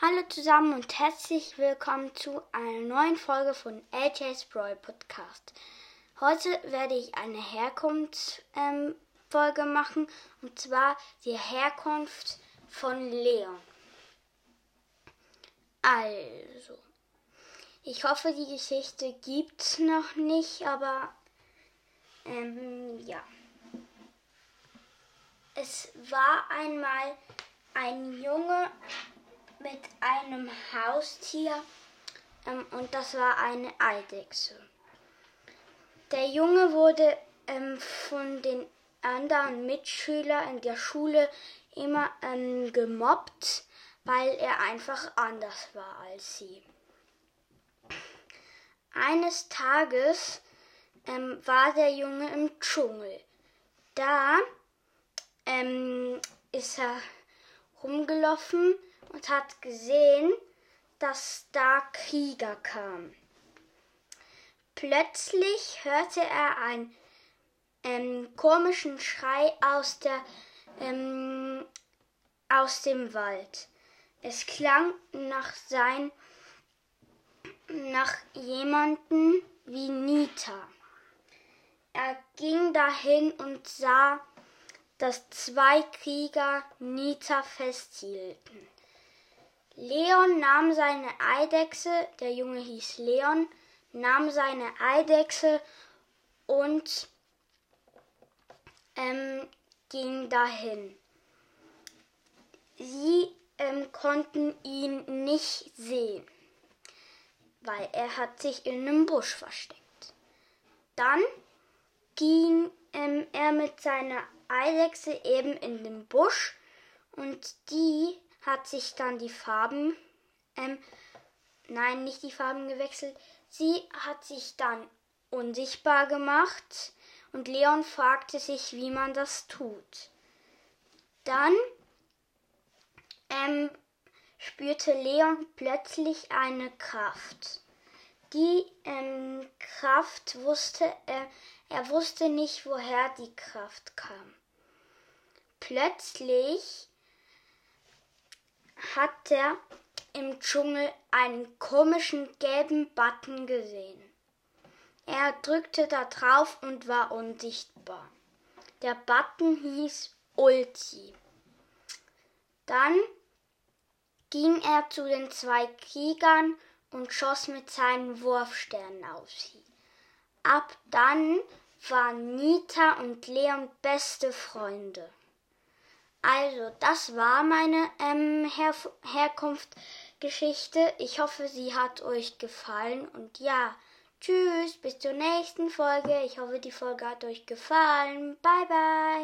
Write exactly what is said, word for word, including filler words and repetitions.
Hallo zusammen und herzlich willkommen zu einer neuen Folge von L J's Brawl Podcast. Heute werde ich eine Herkunftsfolge ähm, machen, und zwar die Herkunft von Leon. Also, ich hoffe, die Geschichte gibt's noch nicht, aber ähm, ja. Es war einmal ein Junge mit einem Haustier ähm, und das war eine Eidechse. Der Junge wurde ähm, von den anderen Mitschülern in der Schule immer ähm, gemobbt, weil er einfach anders war als sie. Eines Tages ähm, war der Junge im Dschungel. Da ähm, ist er rumgelaufen und hat gesehen, dass da Krieger kamen. Plötzlich hörte er einen ähm, komischen Schrei aus, der, ähm, aus dem Wald. Es klang nach, sein, nach jemandem wie Nita. Er ging dahin und sah, dass zwei Krieger Nita festhielten. Leon nahm seine Eidechse, der Junge hieß Leon, nahm seine Eidechse und ähm, ging dahin. Sie ähm, konnten ihn nicht sehen, weil er hat sich in einem Busch versteckt. Dann ging ähm, er mit seiner Eidechse eben in den Busch und die hat sich dann die Farben, ähm, nein, nicht die Farben gewechselt, sie hat sich dann unsichtbar gemacht und Leon fragte sich, wie man das tut. Dann ähm, spürte Leon plötzlich eine Kraft. Die ähm, Kraft wusste er, er wusste nicht, woher die Kraft kam. Plötzlich hat er im Dschungel einen komischen gelben Button gesehen. Er drückte da drauf und war unsichtbar. Der Button hieß Ulti. Dann ging er zu den zwei Kriegern und schoss mit seinen Wurfsternen auf sie. Ab dann waren Nita und Leon beste Freunde. Also, das war meine ähm, Her- Herkunftsgeschichte. Ich hoffe, sie hat euch gefallen. Und ja, tschüss, bis zur nächsten Folge. Ich hoffe, die Folge hat euch gefallen. Bye, bye.